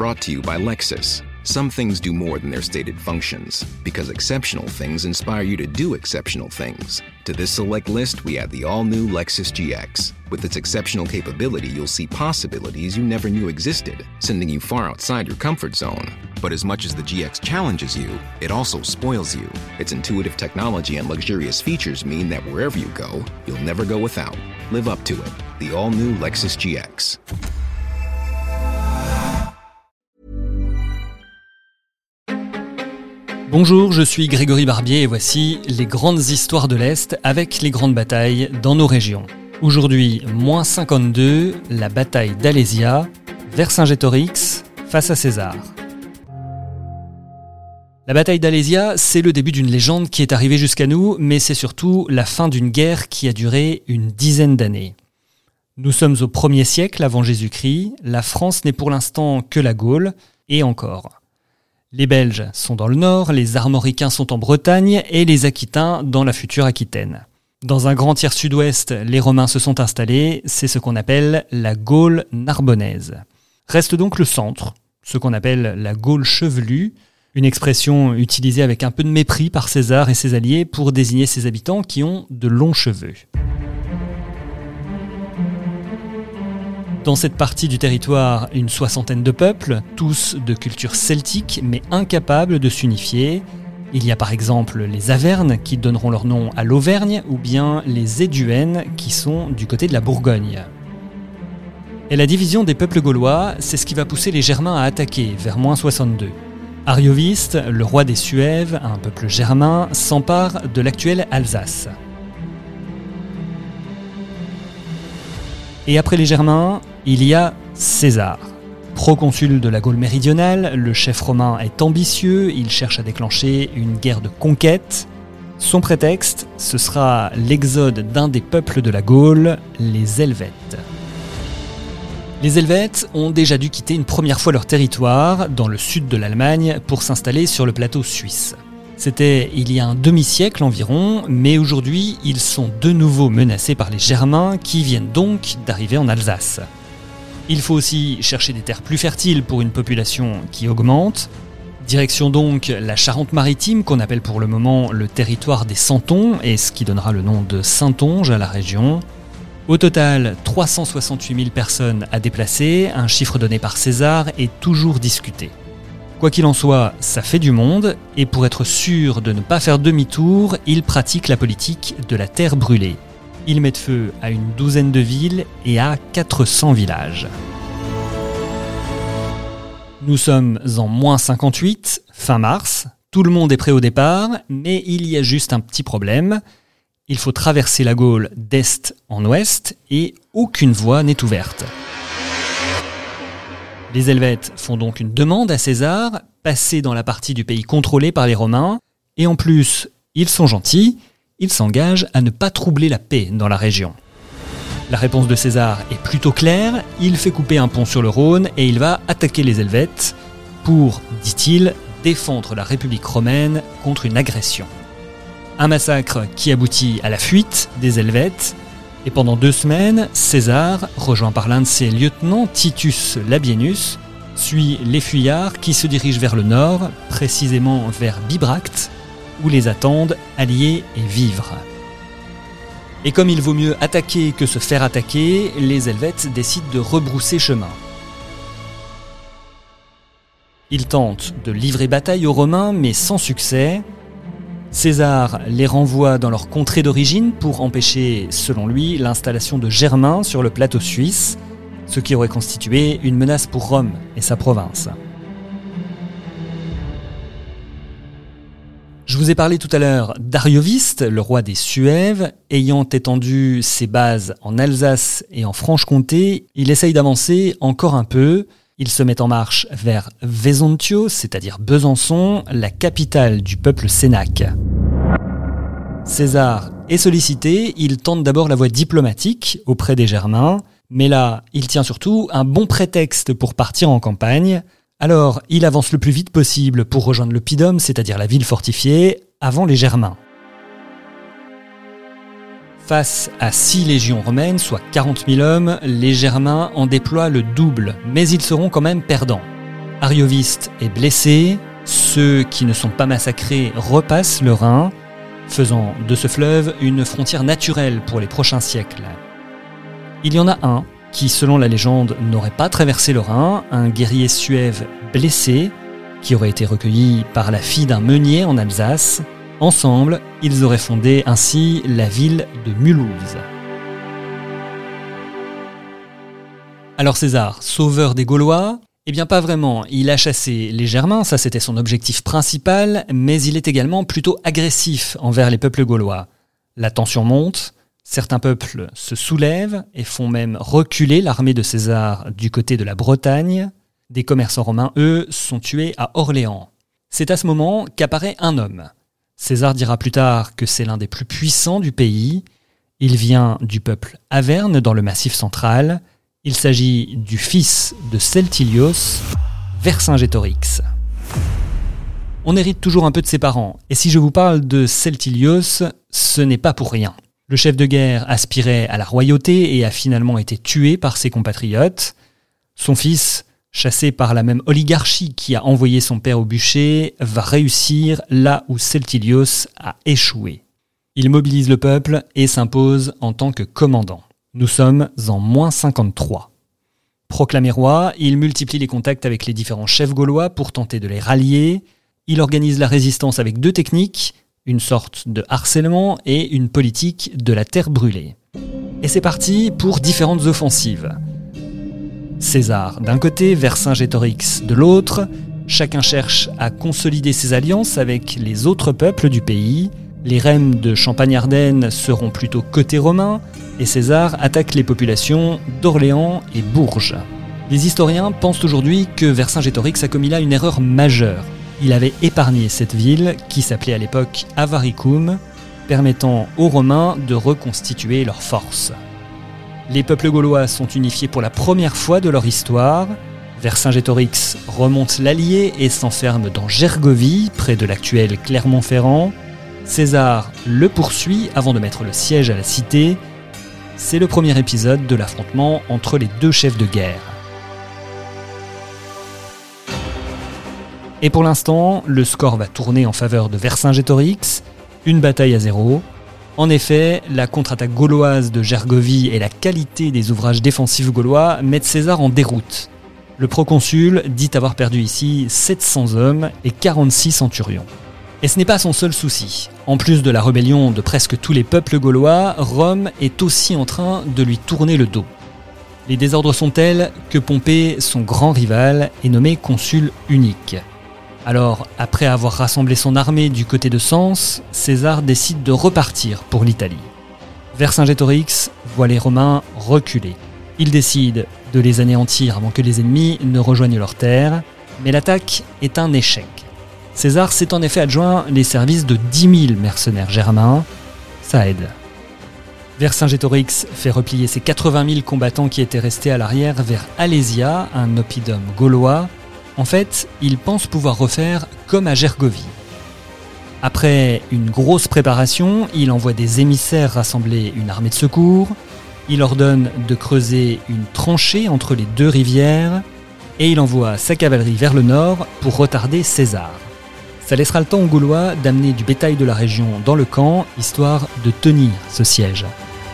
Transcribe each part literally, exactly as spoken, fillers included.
Brought to you by Lexus. Some things do more than their stated functions, because exceptional things inspire you to do exceptional things. To this select list, we add the all-new Lexus G X. With its exceptional capability, you'll see possibilities you never knew existed, sending you far outside your comfort zone. But as much as the G X challenges you, it also spoils you. Its intuitive technology and luxurious features mean that wherever you go, you'll never go without. Live up to it. The all-new Lexus G X. Bonjour, je suis Grégory Barbier et voici les grandes histoires de l'Est avec les grandes batailles dans nos régions. Aujourd'hui, moins cinquante-deux, la bataille d'Alésia, Vercingétorix face à César. La bataille d'Alésia, c'est le début d'une légende qui est arrivée jusqu'à nous, mais c'est surtout la fin d'une guerre qui a duré une dizaine d'années. Nous sommes au premier siècle avant Jésus-Christ, la France n'est pour l'instant que la Gaule, et encore. Les Belges sont dans le nord, les Armoricains sont en Bretagne et les Aquitains dans la future Aquitaine. Dans un grand tiers sud-ouest, les Romains se sont installés, c'est ce qu'on appelle la Gaule narbonnaise. Reste donc le centre, ce qu'on appelle la Gaule chevelue, une expression utilisée avec un peu de mépris par César et ses alliés pour désigner ses habitants qui ont de longs cheveux. Dans cette partie du territoire, une soixantaine de peuples, tous de culture celtique mais incapables de s'unifier. Il y a par exemple les Avernes qui donneront leur nom à l'Auvergne ou bien les Éduènes qui sont du côté de la Bourgogne. Et la division des peuples gaulois, c'est ce qui va pousser les Germains à attaquer vers moins soixante-deux. Arioviste, le roi des Suèves, un peuple germain, s'empare de l'actuelle Alsace. Et après les Germains, il y a César. Proconsul de la Gaule méridionale, le chef romain est ambitieux, il cherche à déclencher une guerre de conquête. Son prétexte, ce sera l'exode d'un des peuples de la Gaule, les Helvètes. Les Helvètes ont déjà dû quitter une première fois leur territoire, dans le sud de l'Allemagne, pour s'installer sur le plateau suisse. C'était il y a un demi-siècle environ, mais aujourd'hui, ils sont de nouveau menacés par les Germains qui viennent donc d'arriver en Alsace. Il faut aussi chercher des terres plus fertiles pour une population qui augmente. Direction donc la Charente-Maritime, qu'on appelle pour le moment le territoire des Santons, et ce qui donnera le nom de Saintonge à la région. Au total, trois cent soixante-huit mille personnes à déplacer, un chiffre donné par César est toujours discuté. Quoi qu'il en soit, ça fait du monde, et pour être sûr de ne pas faire demi-tour, ils pratiquent la politique de la terre brûlée. Ils mettent feu à une douzaine de villes et à quatre cents villages. Nous sommes en moins cinquante-huit, fin mars, tout le monde est prêt au départ, mais il y a juste un petit problème. Il faut traverser la Gaule d'est en ouest, et aucune voie n'est ouverte. Les Helvètes font donc une demande à César, passer dans la partie du pays contrôlée par les Romains, et en plus, ils sont gentils, ils s'engagent à ne pas troubler la paix dans la région. La réponse de César est plutôt claire, il fait couper un pont sur le Rhône et il va attaquer les Helvètes pour, dit-il, défendre la République romaine contre une agression. Un massacre qui aboutit à la fuite des Helvètes. Et pendant deux semaines, César, rejoint par l'un de ses lieutenants, Titus Labienus, suit les fuyards qui se dirigent vers le nord, précisément vers Bibracte, où les attendent alliés et vivres. Et comme il vaut mieux attaquer que se faire attaquer, les Helvètes décident de rebrousser chemin. Ils tentent de livrer bataille aux Romains, mais sans succès. César les renvoie dans leur contrée d'origine pour empêcher, selon lui, l'installation de Germains sur le plateau suisse, ce qui aurait constitué une menace pour Rome et sa province. Je vous ai parlé tout à l'heure d'Arioviste, le roi des Suèves. Ayant étendu ses bases en Alsace et en Franche-Comté, il essaye d'avancer encore un peu. Il se met en marche vers Vesontio, c'est-à-dire Besançon, la capitale du peuple sénaque. César est sollicité, il tente d'abord la voie diplomatique auprès des Germains, mais là, il tient surtout un bon prétexte pour partir en campagne. Alors, il avance le plus vite possible pour rejoindre l'Oppidum, c'est-à-dire la ville fortifiée, avant les Germains. Face à six légions romaines, soit quarante mille hommes, les Germains en déploient le double, mais ils seront quand même perdants. Arioviste est blessé, ceux qui ne sont pas massacrés repassent le Rhin, faisant de ce fleuve une frontière naturelle pour les prochains siècles. Il y en a un qui, selon la légende, n'aurait pas traversé le Rhin, un guerrier suève blessé, qui aurait été recueilli par la fille d'un meunier en Alsace. Ensemble, ils auraient fondé ainsi la ville de Mulhouse. Alors César, sauveur des Gaulois ? Eh bien pas vraiment, il a chassé les Germains, ça c'était son objectif principal, mais il est également plutôt agressif envers les peuples gaulois. La tension monte, certains peuples se soulèvent et font même reculer l'armée de César du côté de la Bretagne. Des commerçants romains, eux, sont tués à Orléans. C'est à ce moment qu'apparaît un homme. César dira plus tard que c'est l'un des plus puissants du pays. Il vient du peuple Averne dans le Massif central. Il s'agit du fils de Celtilios, Vercingétorix. On hérite toujours un peu de ses parents, et si je vous parle de Celtilios, ce n'est pas pour rien. Le chef de guerre aspirait à la royauté et a finalement été tué par ses compatriotes. Son fils, chassé par la même oligarchie qui a envoyé son père au bûcher, va réussir là où Celtilios a échoué. Il mobilise le peuple et s'impose en tant que commandant. Nous sommes en moins cinquante-trois. Proclamé roi, il multiplie les contacts avec les différents chefs gaulois pour tenter de les rallier. Il organise la résistance avec deux techniques, une sorte de harcèlement et une politique de la terre brûlée. Et c'est parti pour différentes offensives. César d'un côté, Vercingétorix de l'autre. Chacun cherche à consolider ses alliances avec les autres peuples du pays. Les reines de Champagne-Ardenne seront plutôt côté romain, et César attaque les populations d'Orléans et Bourges. Les historiens pensent aujourd'hui que Vercingétorix a commis là une erreur majeure. Il avait épargné cette ville, qui s'appelait à l'époque Avaricum, permettant aux Romains de reconstituer leurs forces. Les peuples gaulois sont unifiés pour la première fois de leur histoire. Vercingétorix remonte l'Allier et s'enferme dans Gergovie, près de l'actuel Clermont-Ferrand. César le poursuit avant de mettre le siège à la cité. C'est le premier épisode de l'affrontement entre les deux chefs de guerre. Et pour l'instant, le score va tourner en faveur de Vercingétorix, une bataille à zéro. En effet, la contre-attaque gauloise de Gergovie et la qualité des ouvrages défensifs gaulois mettent César en déroute. Le proconsul dit avoir perdu ici sept cents hommes et quarante-six centurions. Et ce n'est pas son seul souci. En plus de la rébellion de presque tous les peuples gaulois, Rome est aussi en train de lui tourner le dos. Les désordres sont tels que Pompée, son grand rival, est nommé consul unique. Alors, après avoir rassemblé son armée du côté de Sens, César décide de repartir pour l'Italie. Vercingétorix voit les Romains reculer. Il décide de les anéantir avant que les ennemis ne rejoignent leurs terres, mais l'attaque est un échec. César s'est en effet adjoint les services de dix mille mercenaires germains. Ça aide. Vercingétorix fait replier ses quatre-vingt mille combattants qui étaient restés à l'arrière vers Alésia, un oppidum gaulois. En fait, il pense pouvoir refaire comme à Gergovie. Après une grosse préparation, il envoie des émissaires rassembler une armée de secours. Il ordonne de creuser une tranchée entre les deux rivières. Et il envoie sa cavalerie vers le nord pour retarder César. Ça laissera le temps aux Gaulois d'amener du bétail de la région dans le camp, histoire de tenir ce siège.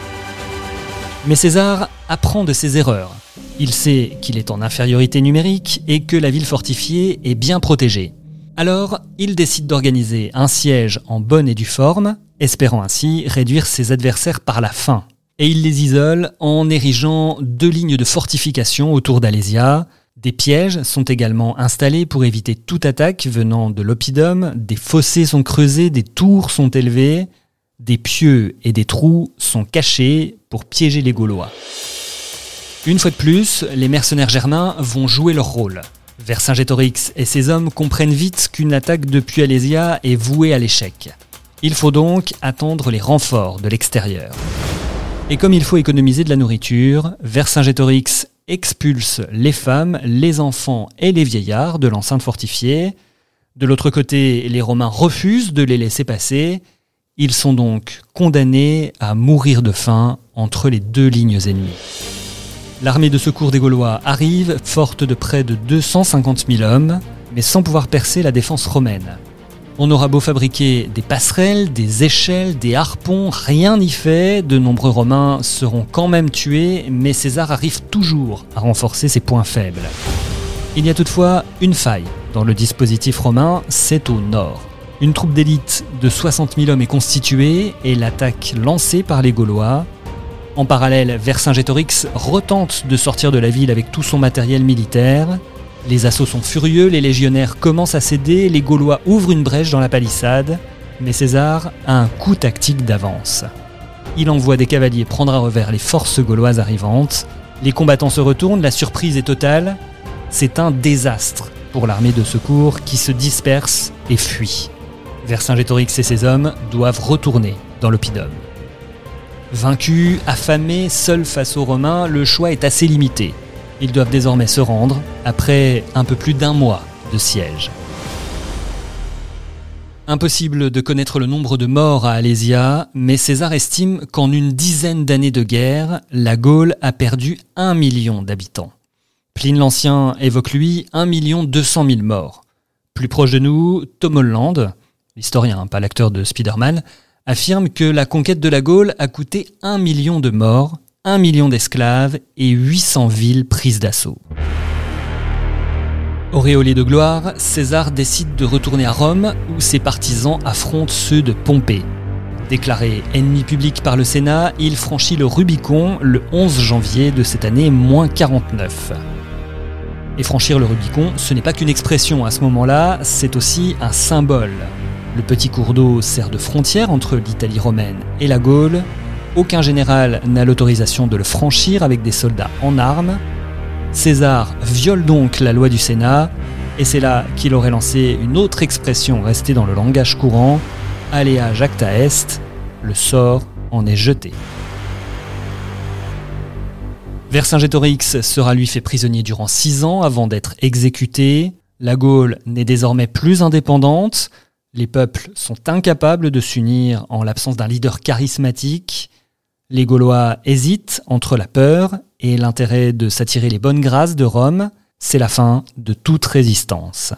Mais César apprend de ses erreurs. Il sait qu'il est en infériorité numérique et que la ville fortifiée est bien protégée. Alors, il décide d'organiser un siège en bonne et due forme, espérant ainsi réduire ses adversaires par la faim. Et il les isole en érigeant deux lignes de fortification autour d'Alésia. Des pièges sont également installés pour éviter toute attaque venant de l'oppidum, des fossés sont creusés, des tours sont élevés, des pieux et des trous sont cachés pour piéger les Gaulois. Une fois de plus, les mercenaires germains vont jouer leur rôle. Vercingétorix et ses hommes comprennent vite qu'une attaque depuis Alésia est vouée à l'échec. Il faut donc attendre les renforts de l'extérieur. Et comme il faut économiser de la nourriture, Vercingétorix expulse les femmes, les enfants et les vieillards de l'enceinte fortifiée. De l'autre côté, les Romains refusent de les laisser passer. Ils sont donc condamnés à mourir de faim entre les deux lignes ennemies. L'armée de secours des Gaulois arrive, forte de près de deux cent cinquante mille hommes, mais sans pouvoir percer la défense romaine. On aura beau fabriquer des passerelles, des échelles, des harpons, rien n'y fait, de nombreux Romains seront quand même tués, mais César arrive toujours à renforcer ses points faibles. Il y a toutefois une faille dans le dispositif romain, c'est au nord. Une troupe d'élite de soixante mille hommes est constituée et l'attaque lancée par les Gaulois. En parallèle, Vercingétorix retente de sortir de la ville avec tout son matériel militaire. Les assauts sont furieux, les légionnaires commencent à céder, les Gaulois ouvrent une brèche dans la palissade, mais César a un coup tactique d'avance. Il envoie des cavaliers prendre à revers les forces gauloises arrivantes, les combattants se retournent, la surprise est totale, c'est un désastre pour l'armée de secours qui se disperse et fuit. Vercingétorix et ses hommes doivent retourner dans l'oppidum. Vaincus, affamés, seuls face aux Romains, le choix est assez limité. Ils doivent désormais se rendre après un peu plus d'un mois de siège. Impossible de connaître le nombre de morts à Alésia, mais César estime qu'en une dizaine d'années de guerre, la Gaule a perdu un million d'habitants. Pline l'Ancien évoque lui un million deux cent mille morts. Plus proche de nous, Tom Holland, l'historien, pas l'acteur de Spider-Man, affirme que la conquête de la Gaule a coûté un million de morts, un million d'esclaves et huit cents villes prises d'assaut. Auréolé de gloire, César décide de retourner à Rome où ses partisans affrontent ceux de Pompée. Déclaré ennemi public par le Sénat, il franchit le Rubicon le onze janvier de cette année moins quarante-neuf. Et franchir le Rubicon, ce n'est pas qu'une expression à ce moment-là, c'est aussi un symbole. Le petit cours d'eau sert de frontière entre l'Italie romaine et la Gaule. Aucun général n'a l'autorisation de le franchir avec des soldats en armes. César viole donc la loi du Sénat, et c'est là qu'il aurait lancé une autre expression restée dans le langage courant, « alea jacta est », le sort en est jeté. Vercingétorix sera lui fait prisonnier durant six ans avant d'être exécuté. La Gaule n'est désormais plus indépendante. Les peuples sont incapables de s'unir en l'absence d'un leader charismatique. Les Gaulois hésitent entre la peur et l'intérêt de s'attirer les bonnes grâces de Rome. C'est la fin de toute résistance.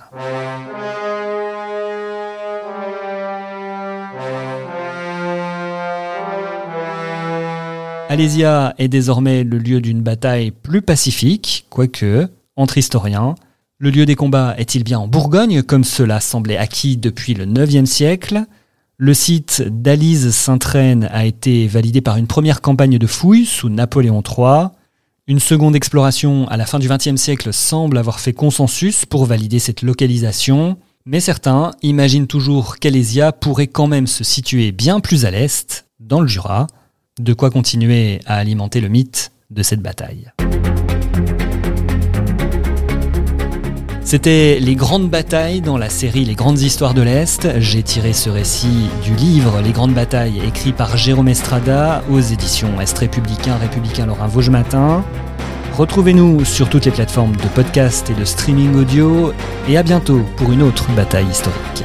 Alésia est désormais le lieu d'une bataille plus pacifique, quoique, entre historiens, le lieu des combats est-il bien en Bourgogne, comme cela semblait acquis depuis le neuvième siècle ? Le site d'Alise-Sainte-Reine a été validé par une première campagne de fouilles sous Napoléon trois. Une seconde exploration à la fin du vingtième siècle semble avoir fait consensus pour valider cette localisation, mais certains imaginent toujours qu'Alésia pourrait quand même se situer bien plus à l'est, dans le Jura, de quoi continuer à alimenter le mythe de cette bataille. C'était les grandes batailles dans la série Les grandes histoires de l'Est. J'ai tiré ce récit du livre Les grandes batailles écrit par Jérôme Estrada aux éditions Est Républicain, Républicain Lorrain Vosges Matin. Retrouvez-nous sur toutes les plateformes de podcast et de streaming audio et à bientôt pour une autre bataille historique.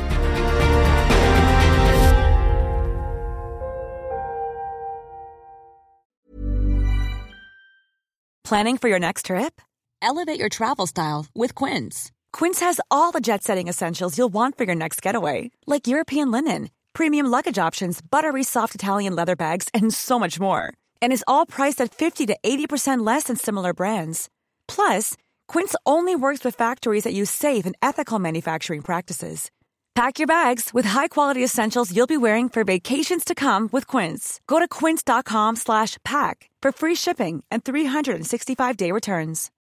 Planning for your next trip? Elevate your travel style with Quince. Quince has all the jet-setting essentials you'll want for your next getaway, like European linen, premium luggage options, buttery soft Italian leather bags, and so much more. And is all priced at fifty to eighty percent less than similar brands. Plus, Quince only works with factories that use safe and ethical manufacturing practices. Pack your bags with high-quality essentials you'll be wearing for vacations to come with Quince. Go to quince.com slash pack for free shipping and three sixty-five day returns.